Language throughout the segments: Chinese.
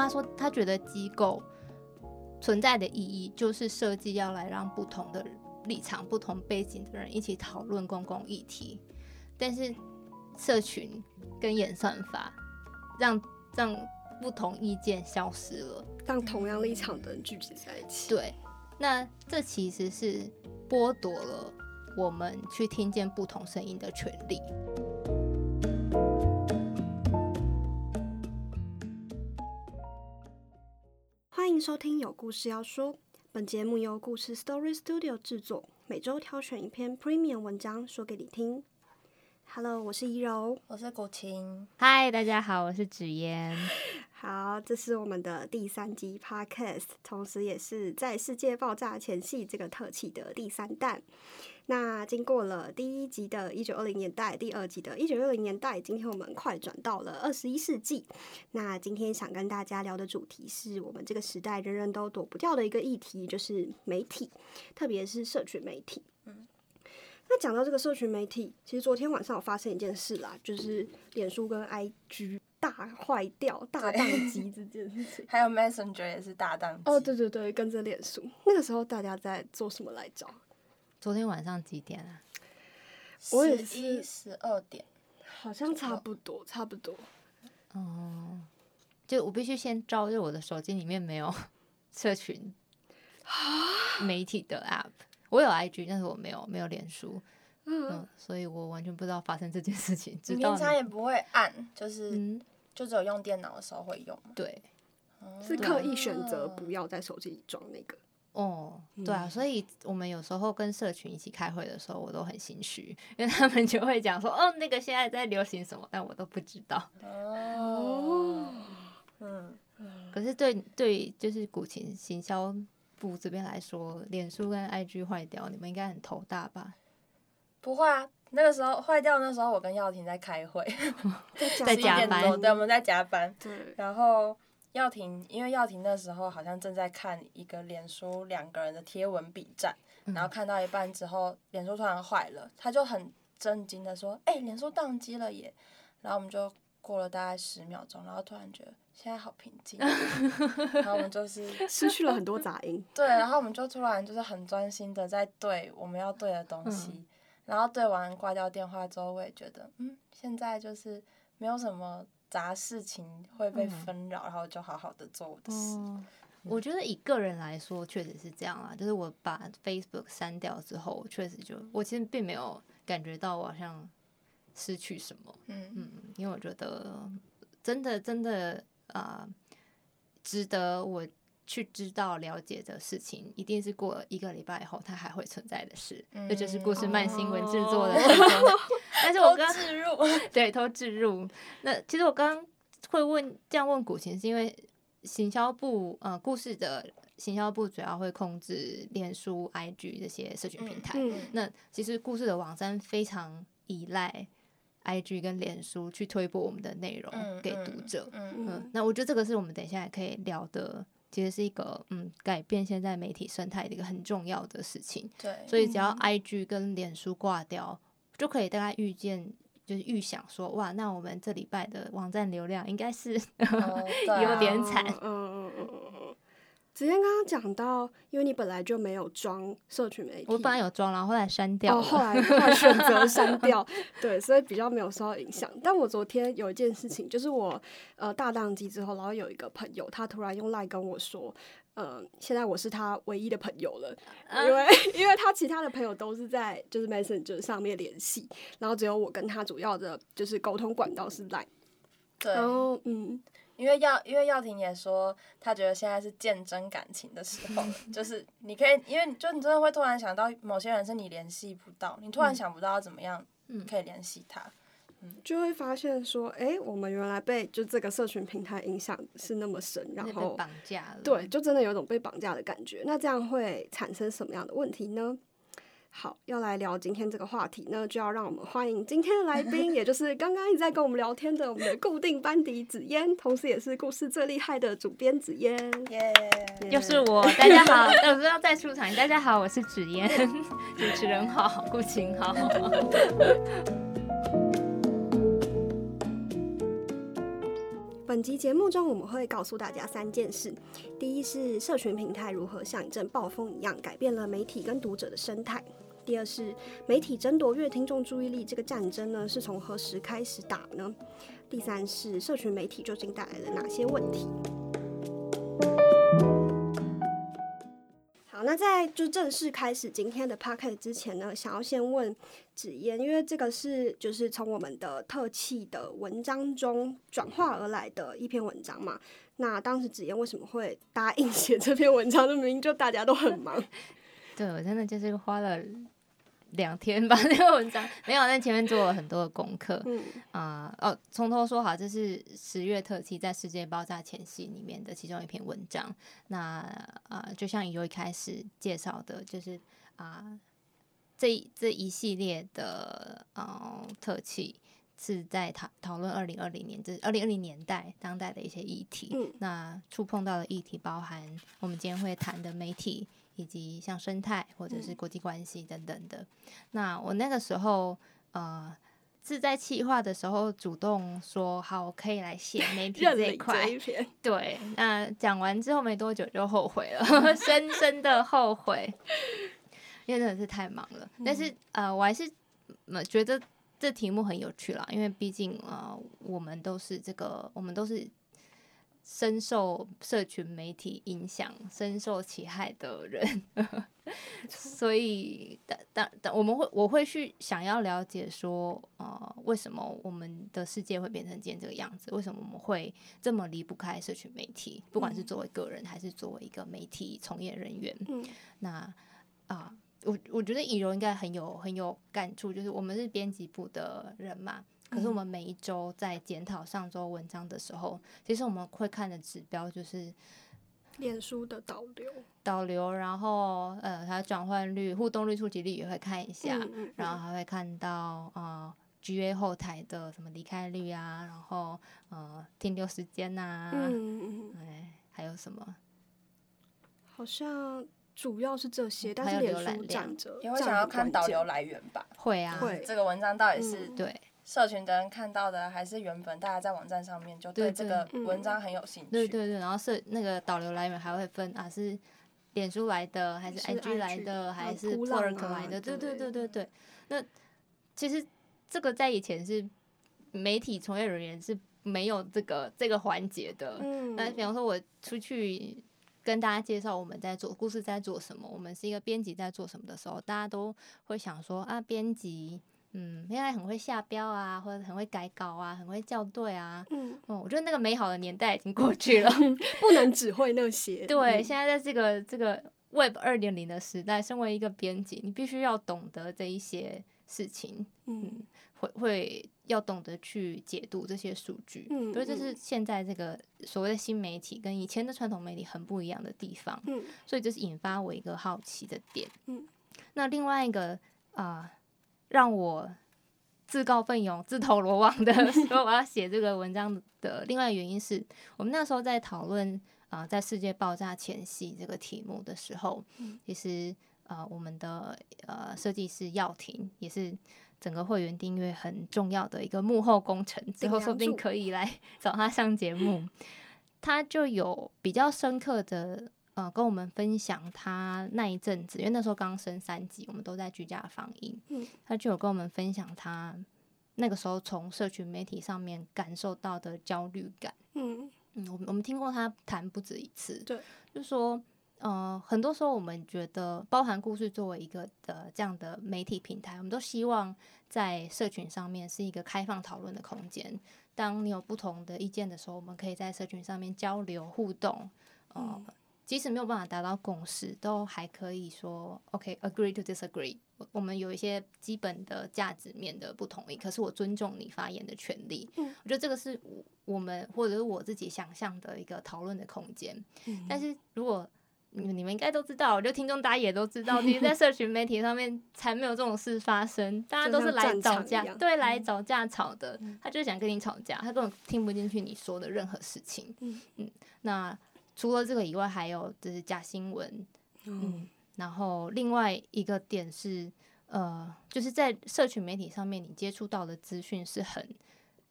他说他觉得机构存在的意义就是设计要来让不同的立场、不同背景的人一起讨论公共议题，但是社群跟演算法让不同意见消失了， 让同样立场的人聚集在一起。 对，那这其实是剥夺了我们去听见不同声音的权利。 欢迎收听有故事要说，本节目由故事 Story Studio 制作，每周挑选一篇 Premium 文章说给你听。Hello， 我是怡柔， 我是古琴。 嗨，大家好，我是芷嫣。 好，这是我们的第3集 Podcast， 同时也是在世界爆炸前夕这个特辑的第3弹。那经过了第1集的1920年代，第2集的1960年代，今天我们快转到了21世纪。那今天想跟大家聊的主题是我们这个时代人人都躲不掉的一个议题，就是媒体，特别是社群媒体。那讲到这个社群媒体，其实昨天晚上有发生一件事啦，就是脸书跟 IG 大坏掉、大宕机这件事情。 还有 Messenger 也是大宕机。 哦，对对对，跟着脸书。那个时候大家在做什么来着？ 昨天晚上几点啊？ 我也是 11、12点， 好像差不多，差不多。 哦，就我必须先招，就我的手机里面没有社群媒体的 App。我有 IG， 但是我没有脸书，所以我完全不知道发生这件事情。 你平常也不会按，就是就只有用电脑的时候会用吗？ 对， 是刻意选择不要在手机里装那个。 哦，对啊，所以我们有时候跟社群一起开会的时候，我都很心虚，因为他们就会讲说，哦，那个现在在流行什么，但我都不知道。可是对，就是古琴行销部这边来说，脸书跟 IG 坏掉，你们应该很头大吧？ 不会啊，那个时候坏掉，那时候我跟耀廷在开会， 在加班。 对，我们在加班。 对。 然后耀廷，因为耀廷那时候好像正在看一个脸书2个人的贴文比战，然后看到一半之后，脸书突然坏了，他就很震惊的说：“脸书宕机了耶！”然后我们就过了大概10秒钟，然后突然觉得现在好平静，然后我们就是失去了很多杂音。 对，然后我们就突然就是很专心的在对我们要对的东西，然后对完挂掉电话之后，我也觉得现在就是没有什么杂事情会被纷扰，然后就好好的做我的事。 我觉得以个人来说，确实是这样啦。就是我把 Facebook 删掉之后，确实我其实并没有感觉到我好像失去什么。因为我觉得真的值得我去知道了解的事情，一定是过了1个礼拜以后它还会存在的事。这就是故事慢新闻制作的成功。但是我刚置入对偷置入。那其实我刚刚会这样问古琴，是因为行销部故事的行销部主要会控制脸书、IG 这些社群平台。那其实故事的网站非常依赖 IG 跟脸书去推播我们的内容给读者。那我觉得这个是我们等一下也可以聊的，其实是一个改变现在媒体生态的一个很重要的事情。 对， 所以只要 IG 跟脸书挂掉，就可以大概预想说，哇，那我们这礼拜的网站流量应该是有点惨。 子嫣刚刚讲到，因为你本来就没有装社群媒体， 我本来有装，然后后来删掉了。 后来选择删掉，对，所以比较没有受到影响。但我昨天有一件事情，就是我大宕机之后，然后有一个朋友，他突然用 LINE 跟我说，现在我是他唯一的朋友了，因为他其他的朋友都是在就是 Messenger 上面联系，然后只有我跟他主要的就是沟通管道是 LINE。 对， 然后因为耀廷也说，他觉得现在是见真感情的时候了，就是你可以，因为就你真的会突然想到某些人是你联系不到，你突然想不到要怎么样可以联系他， 就会发现说，我们原来被就这个社群平台影响是那么深，然后被绑架了。 对，就真的有种被绑架的感觉。那这样会产生什么样的问题呢？好，要来聊今天这个话题呢，就要让我们欢迎今天的来宾，也就是刚刚一直在跟我们聊天的我们的固定班底子嫣，同时也是故事最厉害的主编子嫣。 又是我，大家好，我不要再出场。大家好，我是芷嫣，主持人好，顾琴好。 本本集节目中，我们会告诉大家3件事。第一是社群平台如何像一阵暴风一样改变了媒体跟读者的生态。第二是媒体争夺越听众注意力这个战争呢，是从何时开始打呢？第三是社群媒体究竟带来了哪些问题？好，那在就正式开始今天的 podcast 之前呢，想要先问芷嫣，因为这个是就是从我们的特气的文章中转化而来的一篇文章嘛。那当时芷嫣为什么会答应写这篇文章？明明就大家都很忙。 对，我真的就是花了2天把那个文章没有，但前面做了很多的功课。从头说好，这是10月特辑在世界爆炸前夕里面的其中一篇文章。那就像有一开始介绍的，就是这一系列的特辑是在讨论2020年，这2020年代当代的一些议题。那触碰到的议题包含我们今天会谈的媒体，以及像生态或者是国际关系等等的。那我那个时候是在企划的时候主动说好，我可以来写媒体这一块。对，那讲完之后没多久就后悔了，深深的后悔，因为真的是太忙了。但是我还是觉得这题目很有趣啦，因为毕竟我们都是深受社群媒体影响、深受其害的人，所以我会去想要了解说，为什么我们的世界会变成今天这个样子？为什么我们会这么离不开社群媒体？不管是作为个人还是作为一个媒体从业人员，那我觉得以柔应该很有感触，就是我们是编辑部的人嘛。可是我们每一周在检讨上周文章的时候，其实我们会看的指标就是脸书的导流，然后它的转换率、互动率、触及率也会看一下，然后还会看到GA 后台的什么离开率啊，然后停留时间啊，还有什么？ 好像主要是这些，但是脸书占着， 也会想要看导流来源吧？ 会啊， 这个文章到底是对社群的人看到的，还是原本大家在网站上面就对这个文章很有兴趣？ 对，然后那个导流来源还会分是脸书来的，还是 IG 来的，还是 Plurk 来的？对。那其实这个在以前是媒体从业人员是没有这个环节的。那比方说我出去跟大家介绍我们在做故事在做什么，我们是一个编辑在做什么的时候，大家都会想说编辑应该很会下标啊，或者很会改稿啊，很会校对啊。我觉得那个美好的年代已经过去了， 不能只会那些。 对，现在在这个 Web 2.0的时代，身为一个编辑，你必须要懂得这一些事情，会要懂得去解读这些数据。所以这是现在这个所谓的新媒体跟以前的传统媒体很不一样的地方。所以这是引发我一个好奇的点。那另外一个让我自告奋勇、自投罗网的说我要写这个文章的另外一个原因是，我们那时候在讨论在世界爆炸前夕这个题目的时候，其实我们的设计师耀廷也是整个会员订阅很重要的一个幕后工程，之后说不定可以来找他上节目。他就有比较深刻的跟我们分享他那一阵子，因为那时候刚升3级，我们都在居家防疫，他就有跟我们分享他那个时候从社群媒体上面感受到的焦虑感。我们听过他谈不止一次， 对， 就是说很多时候我们觉得包含故事作为一个这样的媒体平台，我们都希望在社群上面是一个开放讨论的空间，当你有不同的意见的时候，我们可以在社群上面交流互动，即使没有办法达到共识，都还可以说 OK agree to disagree。我们有一些基本的价值面的不同意，可是我尊重你发言的权利。我觉得这个是我们或者是我自己想象的一个讨论的空间。但是如果你们应该都知道，我觉得听众大家也都知道，其实在社群媒体上面才没有这种事发生，大家都是来找架，对，来找架吵的。他就是想跟你吵架，他根本听不进去你说的任何事情。那除了这个以外，还有就是假新闻，然后另外一个点是，就是在社群媒体上面，你接触到的资讯是很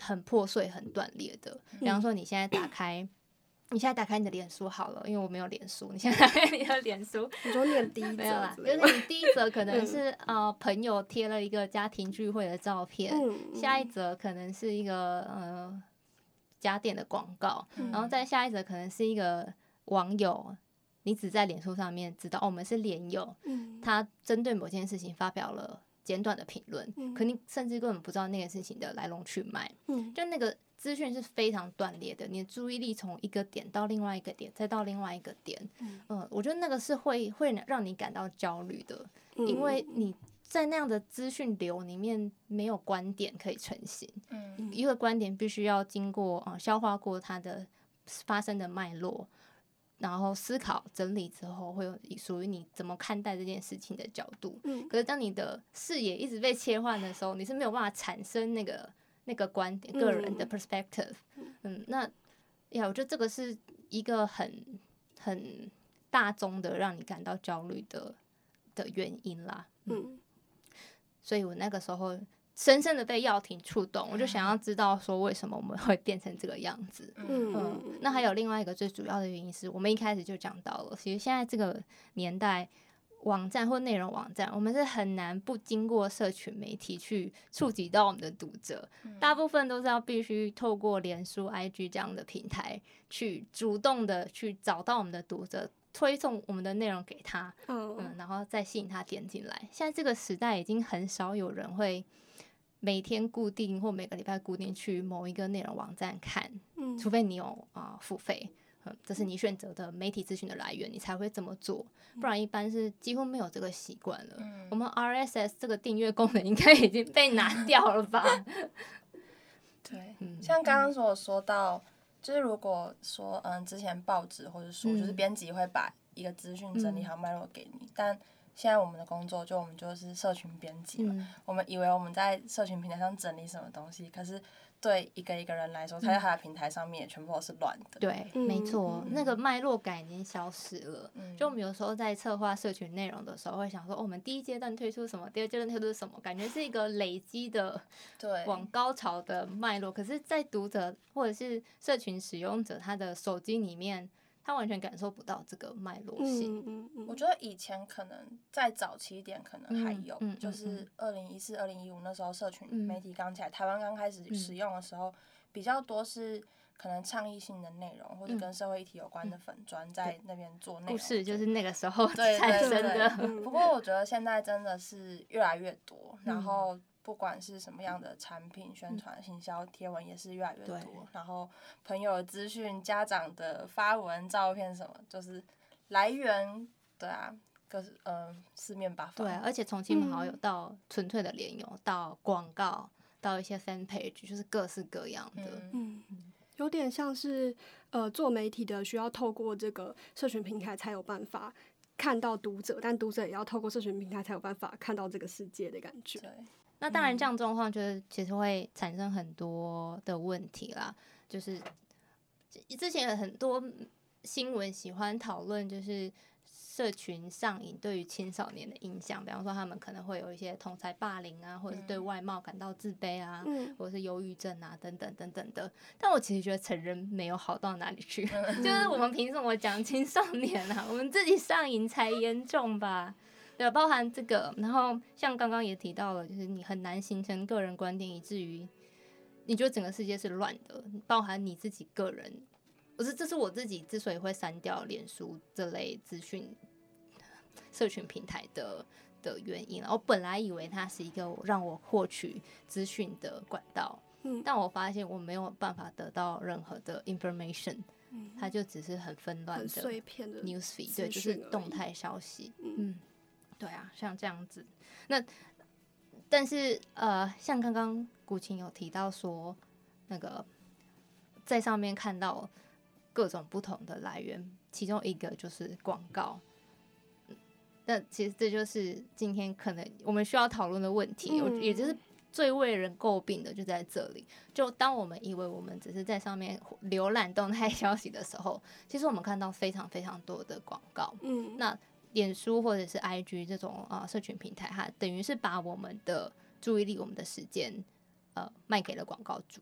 很破碎、很断裂的。比方说，你现在打开你的脸书好了，因为我没有脸书，你现在打开你的脸书， 你说念第一没有啦， 则就是你第一则可能是朋友贴了一个家庭聚会的照片，下一则可能是一个家电的广告，然后再下一则可能是一个网友，你只在脸书上面知道我们是连友，他针对某件事情发表了简短的评论，可你甚至根本不知道那个事情的来龙去脉，就那个资讯是非常断裂的，你的注意力从一个点到另外一个点，再到另外一个点，我觉得那个是会让你感到焦虑的，因为你在那样的资讯流里面没有观点可以成型，一个观点必须要经过消化过它的发生的脉络，然后思考整理之后，会有属于你怎么看待这件事情的角度。可是当你的视野一直被切换的时候，你是没有办法产生那个观点，个人的 perspective。那我觉得这个是一个很大宗的让你感到焦虑的原因啦。所以我那个时候深深的被耀廷触动，我就想要知道说为什么我们会变成这个样子。那还有另外一个最主要的原因是我们一开始就讲到了，其实现在这个年代，网站或内容网站，我们是很难不经过社群媒体去触及到我们的读者，大部分都是要必须透过脸书、IG 这样的平台去主动的去找到我们的读者，推送我们的内容给他，然后再吸引他点进来。现在这个时代已经很少有人会每天固定或每个礼拜固定去某一个内容网站看，除非你有付费，这是你选择的媒体资讯的来源，你才会这么做，不然一般是几乎没有这个习惯了。我们 RSS 这个订阅功能应该已经被拿掉了吧？ 对，像刚刚所说到，就是如果说之前报纸或者书，就是编辑会把一个资讯整理好脉络给你，但现在我们的工作我们就是社群编辑嘛，我们以为我们在社群平台上整理什么东西，可是对一个人来说，他在他的平台上面也全部都是乱的。 对，没错，那个脉络感已经消失了。就我们有时候在策划社群内容的时候，会想说，我们第一阶段推出什么，第二阶段推出什么，感觉是一个累积的，往高潮的脉络。可是，在读者或者是社群使用者他的手机里面，他完全感受不到这个脉络性。 我觉得以前可能再早期一点可能还有，就是2014、2015那时候社群媒体刚起来，台湾刚开始使用的时候，比较多是可能倡议性的内容，或者跟社会议题有关的粉专在那边做内容。 故事就是那个时候产生的。 不过我觉得现在真的是越来越多，然后不管是什么样的产品宣传、行销贴文也是越来越多，然后朋友的资讯、家长的发文、照片什么，就是来源，对啊，四面八方。 对，而且从亲朋好友到纯粹的连友，到广告，到一些 fan page， 就是各式各样的。 有点像是做媒体的需要透过这个社群平台才有办法看到读者，但读者也要透过社群平台才有办法看到这个世界的感觉。 对。 那当然，这样状况就是其实会产生很多的问题啦。就是之前有很多新闻喜欢讨论，就是社群上瘾对于青少年的影响，比方说他们可能会有一些同侪霸凌啊，或者是对外貌感到自卑啊，或者是忧郁症啊等等等等的。但我其实觉得成人没有好到哪里去，就是我们凭什么讲青少年啊？我们自己上瘾才严重吧？对，包含这个，然后像刚刚也提到了，就是你很难形成个人观点，以至于你觉得整个世界是乱的，包含你自己个人。这是我自己之所以会删掉脸书这类资讯社群平台的原因。我本来以为它是一个让我获取资讯的管道，但我发现我没有办法得到任何的 information，它就只是很纷乱的碎片的 newsfeed， 对，就是动态消息。对啊，像这样子。但是像刚刚古琴有提到说，那个在上面看到各种不同的来源，其中一个就是广告。那其实这就是今天可能我们需要讨论的问题，也就是最为人诟病的就在这里。就当我们以为我们只是在上面浏览动态消息的时候，其实我们看到非常非常多的广告。那脸书或者是 IG 这种社群平台，它等于是把我们的注意力、我们的时间卖给了广告主。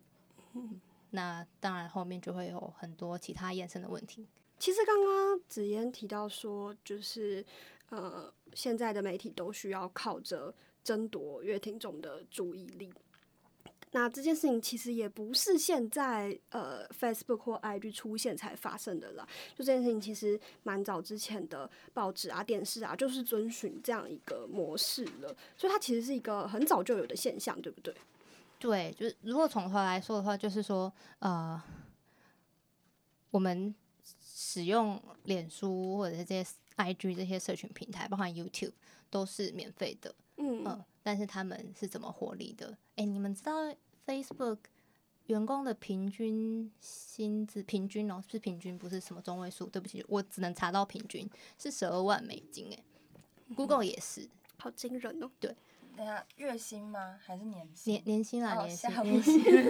那当然后面就会有很多其他衍生的问题。 其实刚刚子嫣提到说，就是现在的媒体都需要靠着争夺乐听众的注意力。那这件事情其实也不是现在Facebook 或 IG 出现才发生的啦，就这件事情其实蛮早之前的报纸啊、电视啊，就是遵循这样一个模式了，所以它其实是一个很早就有的现象，对不对？ 对，就是如果从头来说的话，就是说我们使用脸书或者是这些 IG 这些社群平台，包含 YouTube 都是免费的，但是他们是怎么获利的？你们知道 Facebook 员工的平均薪资平均是平均，不是什么中位数，对不起，我只能查到平均是12万美金Google 也是， 好惊人哦！ 对。 等下月薪吗？还是年薪？ 年薪啦，年薪。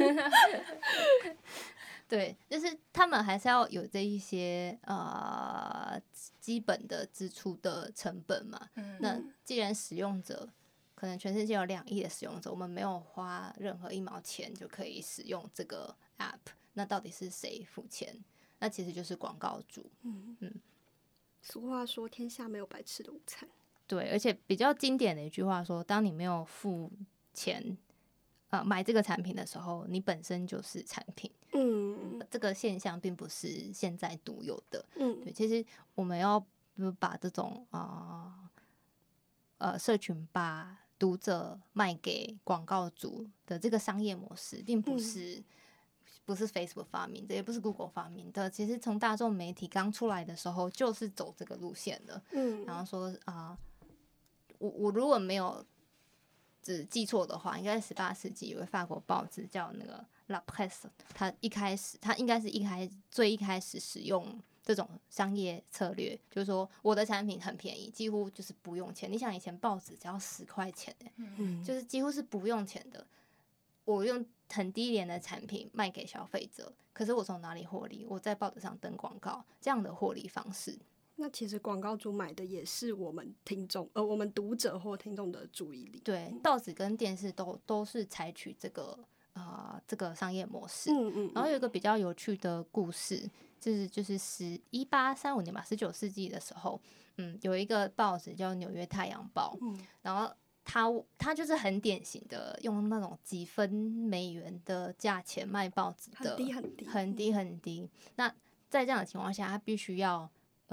对，就是他们还是要有这一些基本的支出的成本嘛。那既然使用者可能全世界有2亿的使用者，我们没有花任何1毛钱就可以使用这个 app， 那到底是谁付钱？那其实就是广告主。 俗话说，天下没有白吃的午餐。 对，而且比较经典的一句话说，当你没有付钱买这个产品的时候，你本身就是产品。这个现象并不是现在独有的。对，其实我们要把这种社群把读者卖给广告主的这个商业模式，并不是Facebook 发明的，也不是 Google 发明的。其实从大众媒体刚出来的时候，就是走这个路线的。然后说我如果没有只记错的话，应该是18世纪有个法国报纸叫那个 La Presse， 它应该是最一开始使用这种商业策略，就是说我的产品很便宜，几乎就是不用钱。你想以前报纸只要10块钱就是几乎是不用钱的。我用很低廉的产品卖给消费者，可是我从哪里获利？我在报纸上登广告，这样的获利方式。 那其实广告主买的也是我们听众，我们读者或听众的注意力。 对，报纸跟电视都是采取这个商业模式。然后有一个比较有趣的故事，就是1835年吧，19世纪的时候，有一个报纸叫《纽约太阳报》，然后他就是很典型的用那种几分美元的价钱卖报纸的，很低。那在这样的情况下，他必须要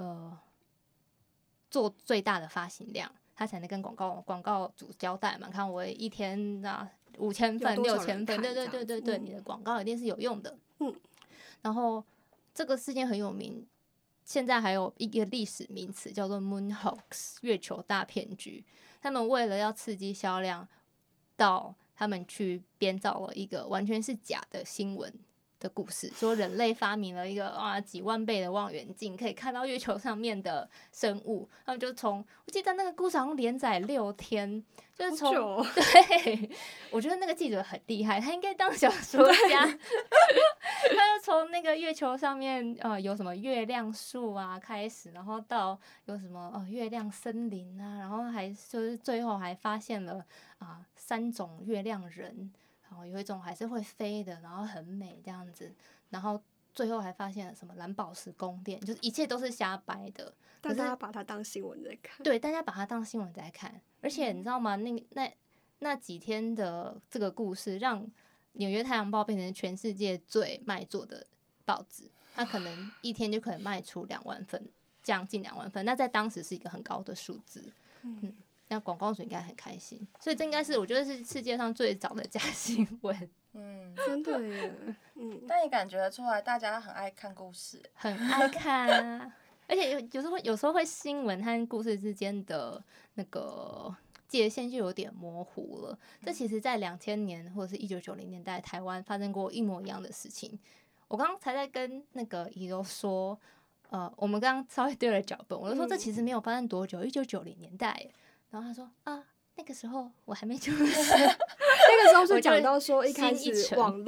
做最大的发行量，他才能跟广告主交代嘛。看我一天5000份、6000份，对，你的广告一定是有用的。然后这个事件很有名，现在还有一个历史名词叫做 Moon Hoax， 月球大骗局。他们为了要刺激销量，他们去编造了一个完全是假的新闻的故事，说人类发明了一个几万倍的望远镜，可以看到月球上面的生物。他们就我记得那个故事好像连载6天，就是对，我觉得那个记者很厉害，他应该当小说家。他就从那个月球上面有什么月亮树开始，然后到有什么月亮森林然后还就是最后还发现了3种月亮人。然后有一种还是会飞的，然后很美这样子，然后最后还发现了什么蓝宝石宫殿，就是一切都是瞎掰的。 大家把它当新闻在看。 对，大家把它当新闻在看。而且你知道吗？那几天的这个故事，让《纽约太阳报》变成全世界最卖座的报纸。它可能一天就可能卖出2万份，将近2万份。那在当时是一个很高的数字。那广告主应该很开心，所以这应该是我觉得是世界上最早的假新闻。 真的耶。 但你感觉得出来，大家很爱看故事， 很爱看而且有时候会新闻和故事之间的那个界限就有点模糊了。这其实在2000年或者是1990年代台湾发生过一模一样的事情。我刚刚才在跟那个怡柔说我们刚刚稍微对了脚本，我就说这其实没有发生多久，1990年代。然后他说那个时候我还没出生。 那个时候是讲到说一开始网络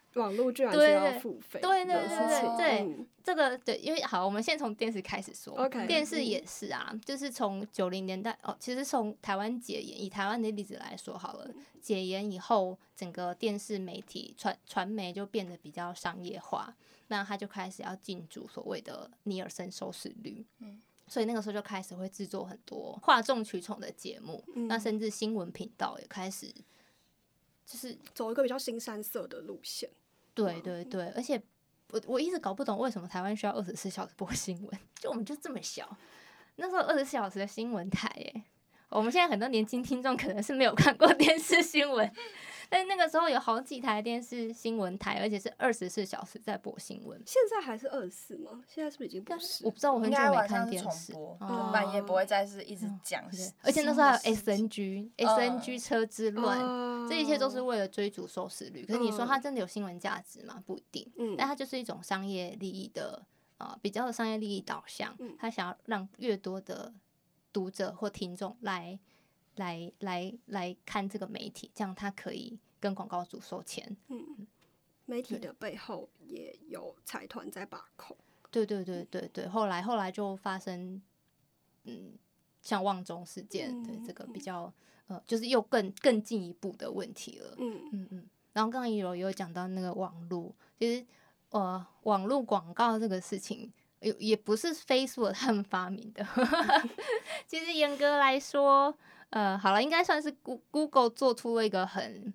网络居然是要付费对的事情。 对，这个对，因为好，我们先从电视开始说。 OK， 电视也是啊，就是从90年代其实从台湾解严，以台湾的例子来说好了，解严以后，整个电视媒体传媒就变得比较商业化，那他就开始要进驻所谓的尼尔森收视率。所以那个时候就开始会制作很多哗众取宠的节目，那甚至新闻频道也开始就是走一个比较新山色的路线。 对对对，而且我一直搞不懂为什么台湾需要24小时播新闻，就我们就这么小，那时候24小时的新闻台耶，我们现在很多年轻听众可能是没有看过电视新闻。但是那个时候有好几台电视新闻台，而且是24小时在播新闻。 现在还是24吗？现在是不是已经不是？ 我不知道，我很久没看电视。 就半夜不会再是一直讲。 而且那时候还有 SNG 车之乱，这一切都是为了追逐收视率。可是你说它真的有新闻价值吗？不一定。但它就是一种商业利益的比较商业利益导向，他想要让越多的读者或听众来看这个媒体，这样他可以跟广告主收钱。 媒体的背后也有财团在把控。 对对对对对，后来就发生像旺中事件，对这个比较就是又更进一步的问题了。然后刚刚有讲到那个网络，其实网络广告这个事情也不是 Facebook 他们发明的。其实严格来说，好了，应该算是 Google 做出了一个很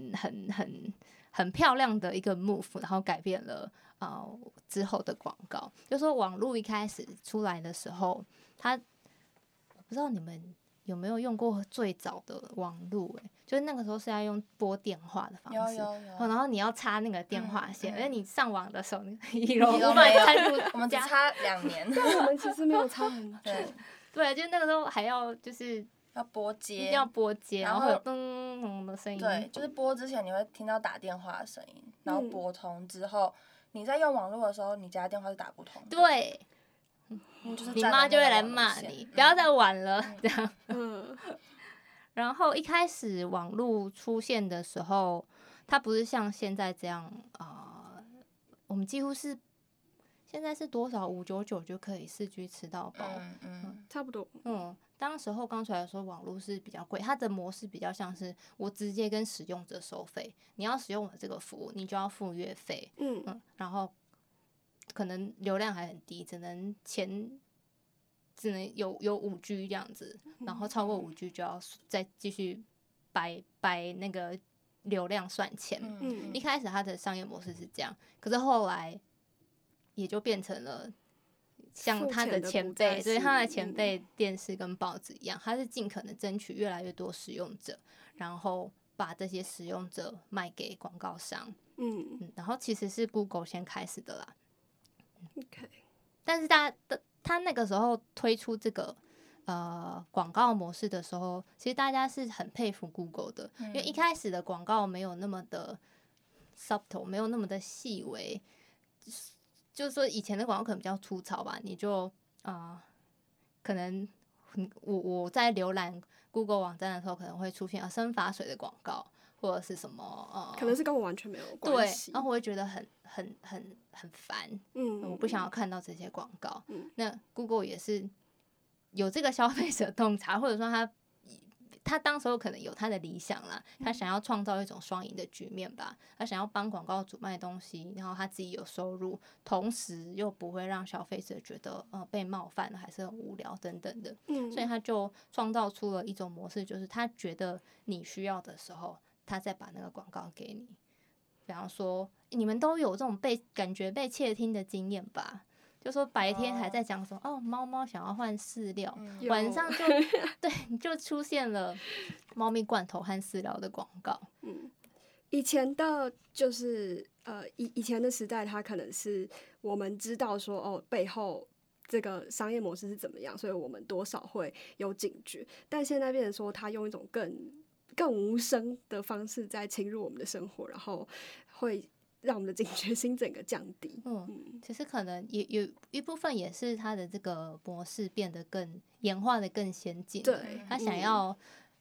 漂亮的一个 move， 然后改变了之后的广告。就说网络一开始出来的时候，我不知道你们有没有用过最早的网络，就是那个时候是要用拨电话的方式，然后你要插那个电话线，而且你上网的时候你无法参入， 我们只差2年， 但我们其实没有差很久。 对，就那个时候还要就是要拨接， 然后会有咚咚的声音。 对，就是拨之前你会听到打电话的声音，然后拨通之后，你在用网络的时候，你家电话是打不通的。 对，你妈就会来骂你，不要再玩了，这样。然后一开始网络出现的时候，它不是像现在这样我们几乎是现在是多少599就可以4G 吃到饱， 差不多。 当时候刚出来的时候，网络是比较贵，它的模式比较像是我直接跟使用者收费，你要使用我这个服务，你就要付月费，然后可能流量还很低，只能有5G 这样子，然后超过5G 就要再继续摆那个流量算钱。一开始它的商业模式是这样，可是后来也就变成了像他的前辈，对他的前辈电视跟报纸一样，他是尽可能争取越来越多使用者，然后把这些使用者卖给广告商。然后其实是 Google 先开始的啦。但是他那个时候推出这个广告模式的时候，其实大家是很佩服 Google 的，因为一开始的广告没有那么的 subtle， 没有那么的细微。就是说以前的广告可能比较粗糙吧，你就可能我在浏览 Google 网站的时候，可能会出现生发水的广告，或者是什么可能是跟我完全没有关系。 对，然后我会觉得很烦，我不想要看到这些广告。那 Google 也是有这个消费者洞察，或者说他当时候可能有他的理想啦，他想要创造一种双赢的局面吧。他想要帮广告主卖东西，然后他自己有收入，同时又不会让消费者觉得被冒犯了，还是很无聊等等的。所以他就创造出了一种模式，就是他觉得你需要的时候，他再把那个广告给你。比方说，你们都有这种感觉被窃听的经验吧？就说白天还在讲说猫猫想要换饲料，晚上就出现了猫咪罐头和饲料的广告。 以前的就是以前的时代，它可能是我们知道说背后这个商业模式是怎么样，所以我们多少会有警觉。但现在变成说，它用一种更无声的方式在侵入我们的生活，然后会让我们的警觉心整个降低。 其实可能也有一部分也是它的这个模式变得更演化的更先进。 对， 他想要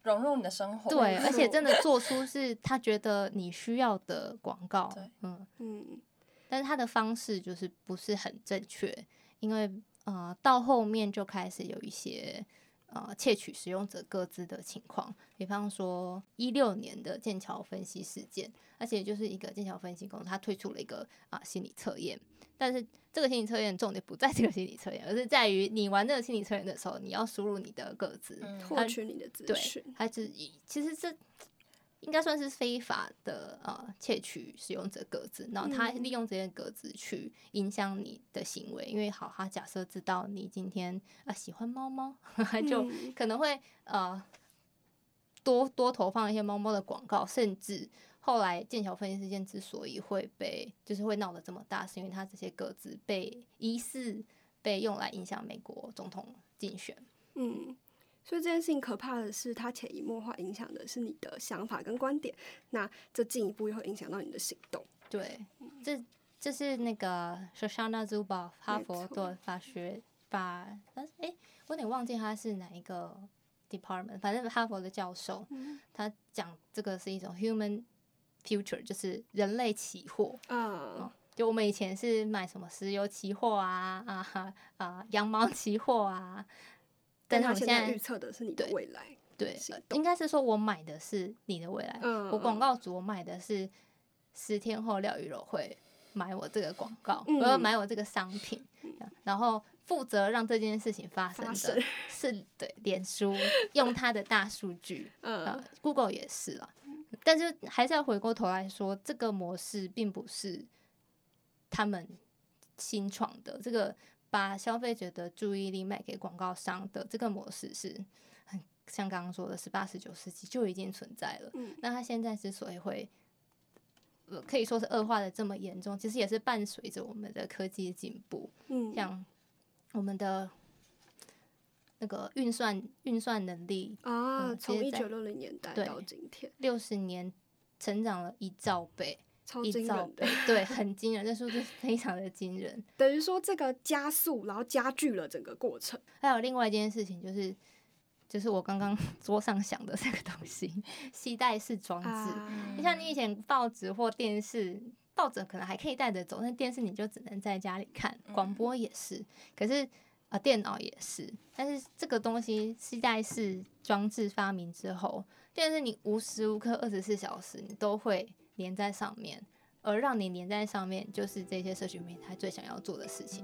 融入你的生活。 对，而且真的做出是他觉得你需要的广告。但是他的方式就是不是很正确，因为到后面就开始有一些窃取使用者个资的情况，比方说16年的剑桥分析事件，而且就是一个剑桥分析公司，他推出了一个心理测验，但是这个心理测验重点不在这个心理测验，而是在于你玩这个心理测验的时候，你要输入你的个资， 获取你的资讯。 对，它其实这应该算是非法的窃取使用者个资，然后他利用这些个资去影响你的行为，因为他假设知道你今天喜欢猫猫，就可能会多投放一些猫猫的广告，甚至后来剑桥分析事件之所以会闹得这么大，是因为他这些个资疑似被用来影响美国总统竞选。 所以这件事情可怕的是，它潜移默化影响的是你的想法跟观点，那这进一步又会影响到你的行动。 对，这是那个 Shoshana Zuboff 哈佛的我有点忘记他是哪一个 department， 反正哈佛的教授，他讲这个是一种 human future， 就是人类期货。就我们以前是买什么石油期货羊毛期货但是我现在预测的是你的未来。 对，应该是说我买的是你的未来。我广告主，我买的是10天后廖宇柔会买我这个广告，我要买我这个商品，然后负责让这件事情发生的是对脸书用它的大数据，Google 也是啦。但是还是要回过头来说，这个模式并不是他们新创的，这个把消费者的注意力卖给广告商的这个模式是像刚刚说的18、19世纪就已经存在了。那它现在之所以会可以说是恶化的这么严重，其实也是伴随着我们的科技进步。像我们的那个运算能力从1960年代到今天 60年成长了1兆倍。 超惊人的， 对，很惊人，这数字非常的惊人。 等于说这个加速，然后加剧了整个过程。 还有另外一件事情，就是我刚刚桌上想的这个东西，携带式装置。你像你以前报纸或电视，报纸可能还可以带着走，但电视你就只能在家里看，广播也是，可是电脑也是。但是这个东西携带式装置发明之后，电视你无时无刻24小时你都会连在上面，而让你连在上面，就是这些社群平台最想要做的事情。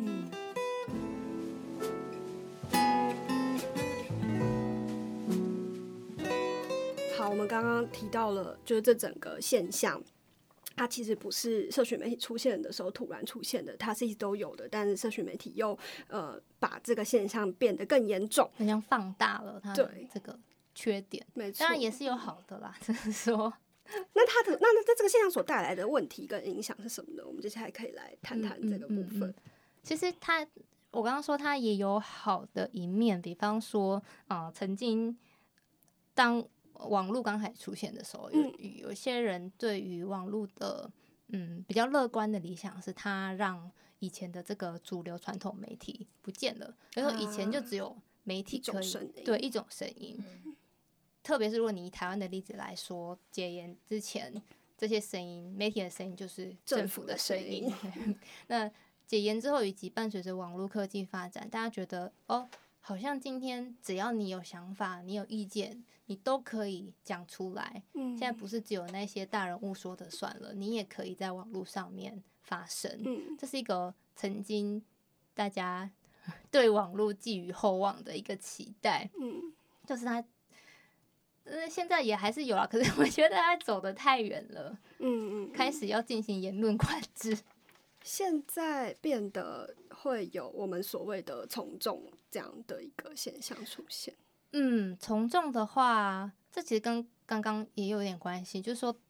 好，我们刚刚提到了，就是这整个现象，它其实不是社群媒体出现的时候突然出现的，它是一直都有的，但是社群媒体又把这个现象变得更严重， 好像放大了它的这个缺点。 没错， 当然也是有好的啦，只是说。 那这个现象所带来的问题跟影响是什么呢？我们接下来可以来谈谈这个部分。 其实我刚刚说它也有好的一面，比方说曾经当网络刚开始出现的时候，有些人对于网络的比较乐观的理想是，它让以前的这个主流传统媒体不见了，然后以前就只有媒体可以对一种声音。特别是如果你以台湾的例子来说，解严之前这些声音，媒体的声音就是政府的声音。那解严之后，以及伴随着网络科技发展，大家觉得好像今天只要你有想法，你有意见，你都可以讲出来。现在不是只有那些大人物说的算了，你也可以在网络上面发声。这是一个曾经大家对网络寄予厚望的一个期待。就是它。现在也还是有啦，可是我觉得他走得太远了。开始要进行言论管制。 现在变得会有我们所谓的从众这样的一个现象出现。 从众的话，这其实跟刚刚也有点关系，就是说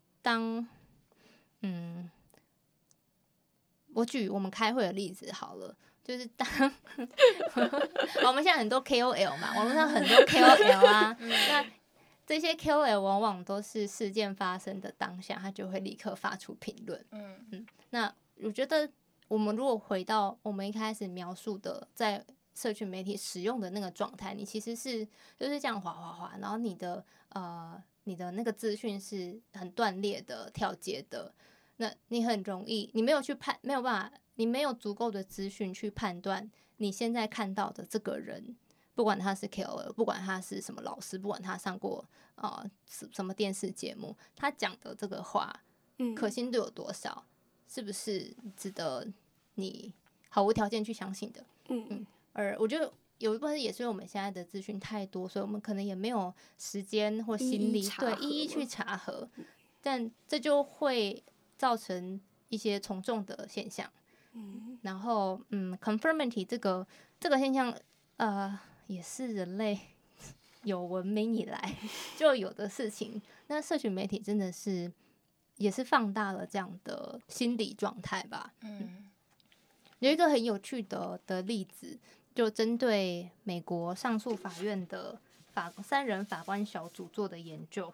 我举我们开会的例子好了。就是我们现在很多 KOL 嘛，网络上很多 KOL 那这些 KOL 往往都是事件发生的当下，他就会立刻发出评论。那我觉得我们如果回到我们一开始描述的，在社群媒体使用的那个状态，你其实是就是这样滑滑滑，然后你的那个资讯是很断裂的、跳接的，那你很容易，你没有办法，你没有足够的资讯去判断你现在看到的这个人，不管他是 KOL， 不管他是什么老师，不管他上过什么电视节目，他讲的这个话，可信度有多少，是不是值得你毫无条件去相信的？而我觉得有一部分也是因为我们现在的资讯太多，所以我们可能也没有时间或心力一一去查核，但这就会造成一些从众的现象。然后conformity 这个现象，也是人类有文明以来就有的事情。那社群媒体真的是也是放大了这样的心理状态吧。有一个很有趣的例子，就针对美国上诉法院的3人法官小组做的研究。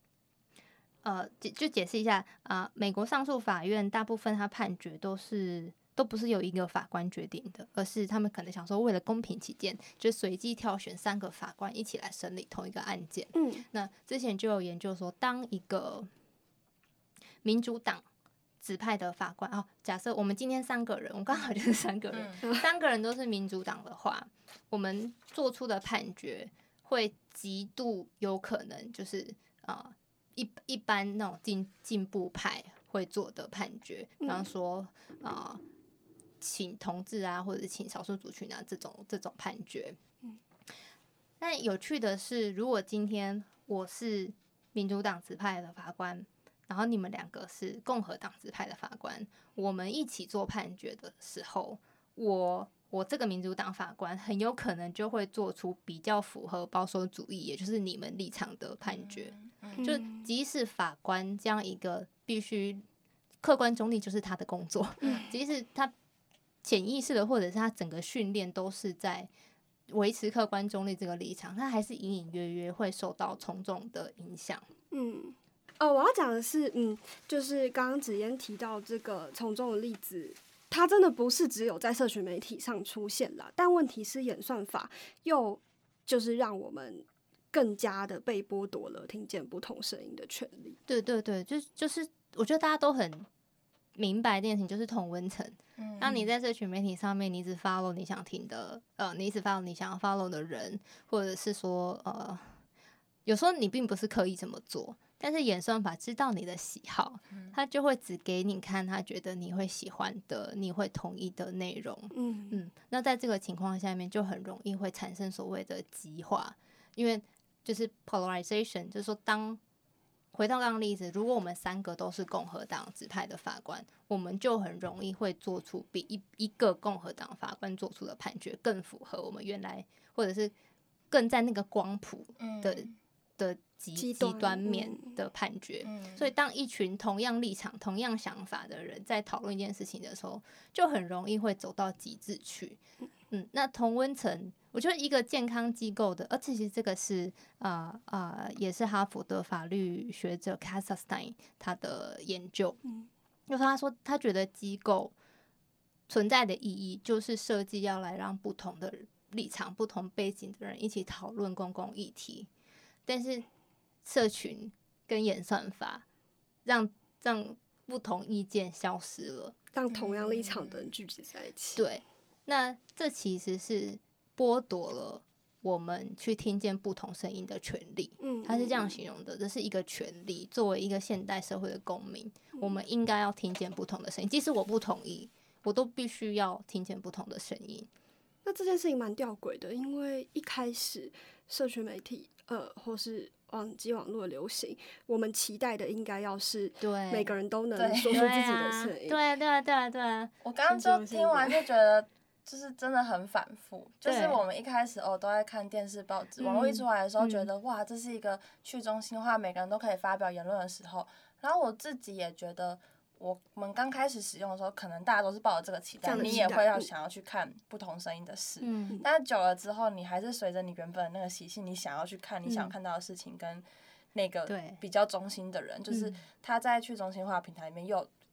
就解释一下美国上诉法院大部分他判决都不是由一个法官决定的，而是他们可能想说为了公平起见，就随机挑选3个法官一起来审理同一个案件。那之前就有研究说，当一个民主党指派的法官假设我们今天3个人，我们刚好就是3个人，3个人都是民主党的话，我们做出的判决会极度有可能就是一般那种进步派会做的判决，比方说请同志啊，或者请少数族群啊这种判决。但有趣的是，如果今天我是民主党指派的法官，然后你们2个是共和党指派的法官，我们一起做判决的时候，我这个民主党法官很有可能就会做出比较符合保守主义，也就是你们立场的判决。就即使法官这样一个必须客观中立就是他的工作，即使他潜意识的或者是他整个训练都是在维持客观中立这个立场，他还是隐隐约约会受到从众的影响。 我要讲的是，就是刚刚芷嫣提到这个从众的例子，它真的不是只有在社群媒体上出现啦，但问题是演算法又就是让我们更加的被剥夺了听见不同声音的权利。 对对对，就是我觉得大家都很明白这件事情，就是同温层。当你在社群媒体上面，你只 follow 你想听的，你只 follow 你想要 follow 的人，或者是说有时候你并不是刻意这么做，但是演算法知道你的喜好，他就会只给你看他觉得你会喜欢的、你会同意的内容。那在这个情况下面，就很容易会产生所谓的极化，因为就是 polarization， 就是说回到刚刚例子，如果我们3个都是共和党指派的法官，我们就很容易会做出比一个共和党法官做出的判决更符合我们原来，或者是更在那个光谱的极端面的判决。所以当一群同样立场、同样想法的人在讨论一件事情的时候，就很容易会走到极致去。那同温层，我觉得一个健康机构的，而且其实这个是也是哈佛的法律学者 Kassenstein 他的研究，就是他说他觉得机构存在的意义就是设计要来让不同的立场、不同背景的人一起讨论公共议题，但是社群跟演算法让不同意见消失了， 让同样立场的人聚集在一起。 对，那这其实是剥夺了我们去听见不同声音的权利。他是这样形容的，这是一个权利，作为一个现代社会的公民，我们应该要听见不同的声音，即使我不同意，我都必须要听见不同的声音。 那这件事情蛮吊诡的，因为一开始社群媒体或是网络的流行，我们期待的应该要是每个人都能说出自己的声音。 对。 我刚刚就听完就觉得就是真的很反复，就是我们一开始都在看电视报纸，网络一出来的时候觉得哇，这是一个去中心化，每个人都可以发表言论的时候，然后我自己也觉得我们刚开始使用的时候，可能大家都是抱着这个期待，你也会想要去看不同声音的事。但是久了之后，你还是随着你原本的那个习性，你想要去看你想要看到的事情，跟那个比较中心的人，就是他在去中心化平台里面又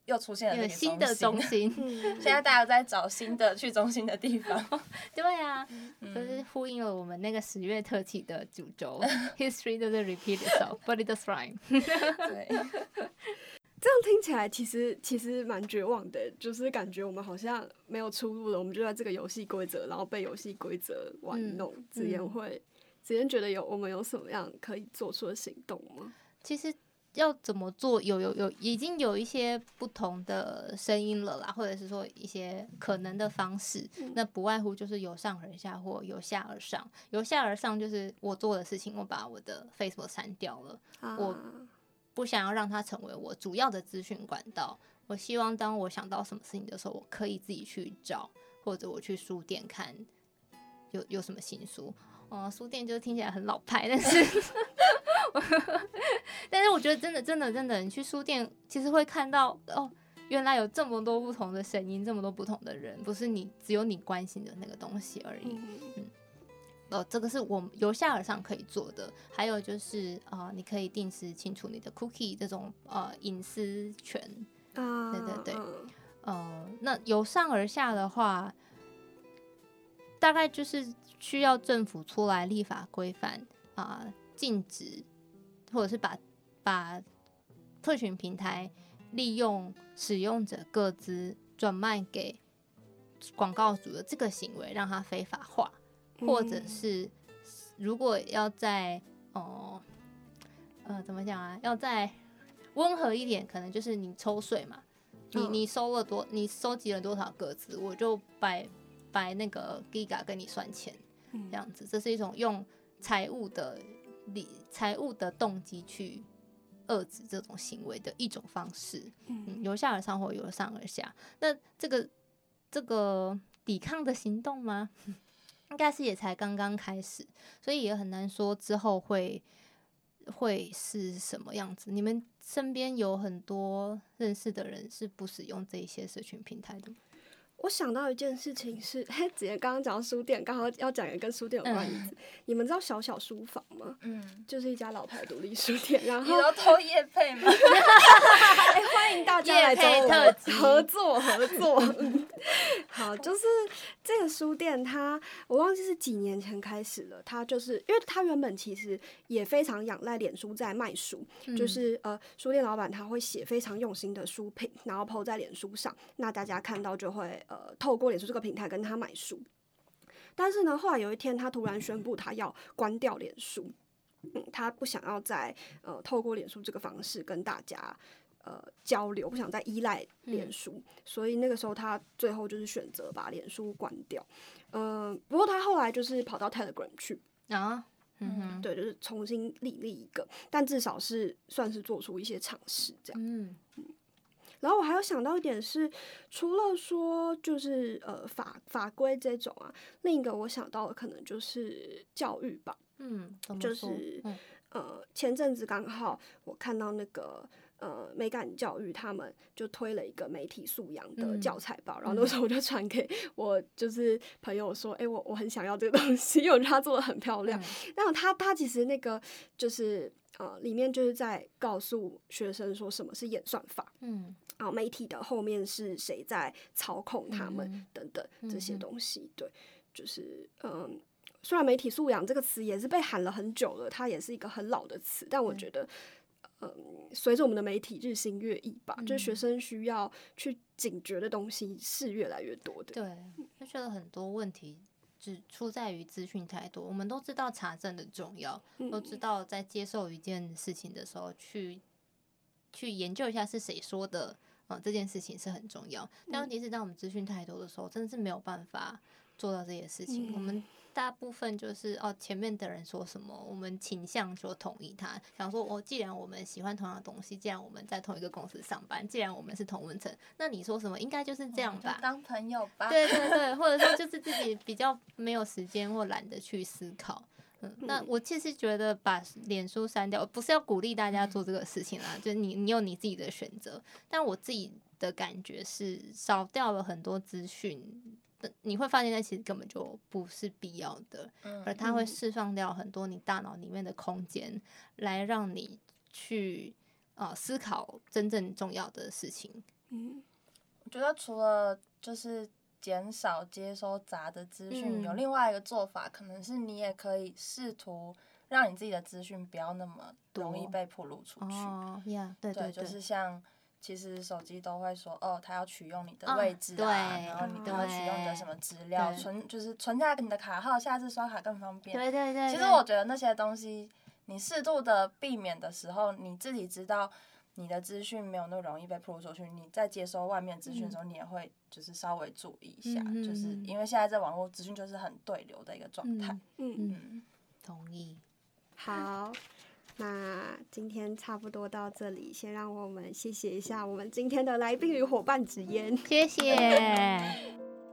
又出现了有新的中心， 现在大家在找新的去中心的地方。 对啊，就是呼应了我们那个10月特辑的主轴，History doesn't repeat itself, but it does rhyme 对， 这样听起来其实蛮绝望的，就是感觉我们好像没有出路了，我们就在这个游戏规则，然后被游戏规则玩弄。子妍觉得我们有什么样可以做出的行动吗？ 其实要怎么做，已经有一些不同的声音了啦，或者是说一些可能的方式。那不外乎就是由上而下或由下而上。由下而上就是我做的事情，我把我的 Facebook 删掉了，我不想要让它成为我主要的资讯管道。我希望当我想到什么事情的时候，我可以自己去找，或者我去书店看有什么新书。书店就听起来很老派，但是我觉得真的，你去书店其实会看到原来有这么多不同的声音，这么多不同的人，不是只有你关心的那个东西而已。这个是我们由下而上可以做的。还有就是你可以定时清除你的 cookie 这种隐私权。对。那由上而下的话，大概就是需要政府出来立法规范禁止，或者是把社群平台利用使用者个资转卖给广告主的这个行为让它非法化。或者是如果要在怎么讲啊？要再温和一点，可能就是你抽税嘛，你收集了多少个资，我就摆那个 Giga 跟你算钱，这样子，这是一种用财务的动机去遏制这种行为的一种方式。由下而上或由上而下，那这个抵抗的行动吗？应该是也才刚刚开始，所以也很难说之后会是什么样子。你们身边有很多认识的人是不使用这些社群平台的吗？ 我想到一件事情是，子妍刚刚讲到书店，刚好要讲一个跟书店有关的例子。你们知道小小书房吗？就是一家老牌独立书店。然后你都偷业配吗？ 欢迎大家来找我们合作。好，就是这个书店我忘记是几年前开始了。它就是因为它原本其实也非常仰赖脸书在卖书，就是书店老板他会写非常用心的书评，然后 po 在脸书上，那大家看到就会透过脸书这个平台跟他买书。但是呢，后来有一天他突然宣布他要关掉脸书，他不想要再透过脸书这个方式跟大家交流，不想再依赖脸书，所以那个时候他最后就是选择把脸书关掉。不过他后来就是跑到 Telegram 去对，就是重新立一个，但至少是算是做出一些尝试这样。然后我还有想到一点是，除了说就是法规这种另一个我想到的可能就是教育吧。就是前阵子刚好我看到那个美感教育他们就推了一个媒体素养的教材包，然后那时候我就传给我就是朋友说，我很想要这个东西，因为我觉得它做的很漂亮。然后他其实那个就是里面就是在告诉学生说什么是演算法，媒体的后面是谁在操控他们等等这些东西。对，就是虽然媒体素养这个词也是被喊了很久了，它也是一个很老的词，但我觉得随着我们的媒体日新月异吧，就是学生需要去警觉的东西是越来越多的。 对，就觉得很多问题只出在于资讯太多。我们都知道查证的重要，都知道在接受一件事情的时候去研究一下是谁说的，这件事情是很重要。但问题是，当我们资讯太多的时候，真的是没有办法做到这些事情。我们大部分就是前面的人说什么，我们倾向说同意他，想说既然我们喜欢同样的东西，既然我们在同一个公司上班，既然我们是同温层，那你说什么应该就是这样吧， 当朋友吧。 对，或者说就是自己比较没有时间或懒得去思考。那我其实觉得把脸书删掉，不是要鼓励大家做这个事情啦，就是你有你自己的选择。但我自己的感觉是少掉了很多资讯。你会发现那其实根本就不是必要的，而它会释放掉很多你大脑里面的空间，来让你去思考真正重要的事情。 我觉得除了就是减少接收杂的资讯，有另外一个做法，可能是你也可以试图让你自己的资讯不要那么容易被暴露出去。 对， 就是像其实手机都会说，它要取用你的位置然后它要取用你的什么资料，就是存下你的卡号，下次刷卡更方便。 对。 其实我觉得那些东西，你适度的避免的时候，你自己知道你的资讯没有那么容易被暴露出去，你在接收外面资讯的时候，你也会就是稍微注意一下，就是因为现在这网络资讯就是很对流的一个状态。 同意。 好，那今天差不多到这里，先让我们谢谢一下我们今天的来宾与伙伴子嫣， 谢谢。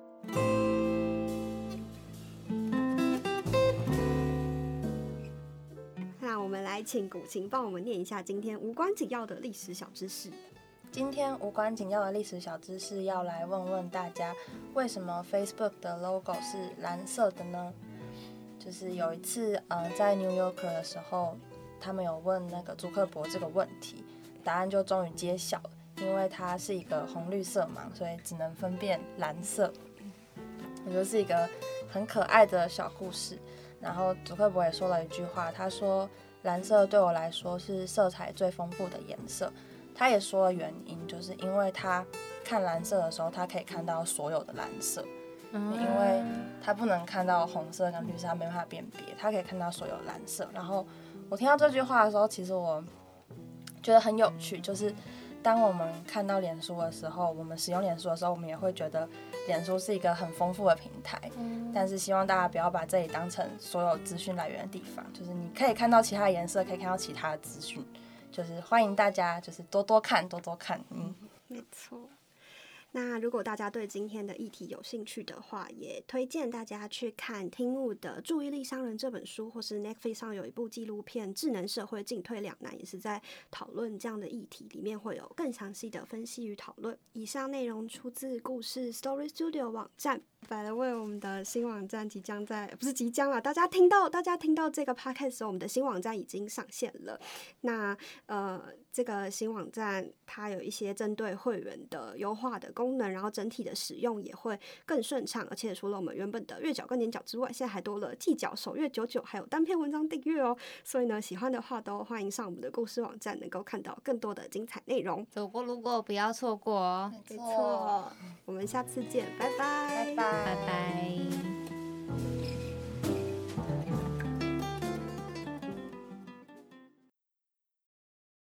那我们来请古琴帮我们念一下今天无关紧要的历史小知识。 今天无关紧要的历史小知识，要来问问大家，为什么 Facebook 的 logo 是蓝色的呢？就是有一次，在 New Yorker 的时候，他们有问那个祖克伯这个问题，答案就终于揭晓了，因为他是一个红绿色盲，所以只能分辨蓝色。我觉得是一个很可爱的小故事。然后祖克伯也说了一句话，他说：“蓝色对我来说是色彩最丰富的颜色。”他也说了原因，就是因为他看蓝色的时候，他可以看到所有的蓝色，因为他不能看到红色跟绿色，他没办法辨别，他可以看到所有蓝色。然后我听到这句话的时候，其实我觉得很有趣，就是当我们看到脸书的时候，我们使用脸书的时候，我们也会觉得脸书是一个很丰富的平台，但是希望大家不要把这里当成所有资讯来源的地方，就是你可以看到其他的颜色，可以看到其他的资讯，就是欢迎大家就是多多看。 没错。那如果大家对今天的议题有兴趣的话，也推荐大家去看听木的《注意力商人》这本书，或是 Netflix 上有一部纪录片《智能社会进退两难》，也是在讨论这样的议题，里面会有更详细的分析与讨论。以上内容出自故事 Story Studio 网站。By the way，我们的新网站不是即将了，大家听到这个 podcast 的时候，我们的新网站已经上线了。那这个新网站它有一些针对会员的优化的功能，然后整体的使用也会更顺畅，而且除了我们原本的月缴跟年缴之外，现在还多了季缴、首月99，还有单篇文章订阅哦。所以呢，喜欢的话都欢迎上我们的故事网站，能够看到更多的精彩内容。 走过路过不要错过哦。 没错，我们下次见，拜拜， 拜拜。 拜拜。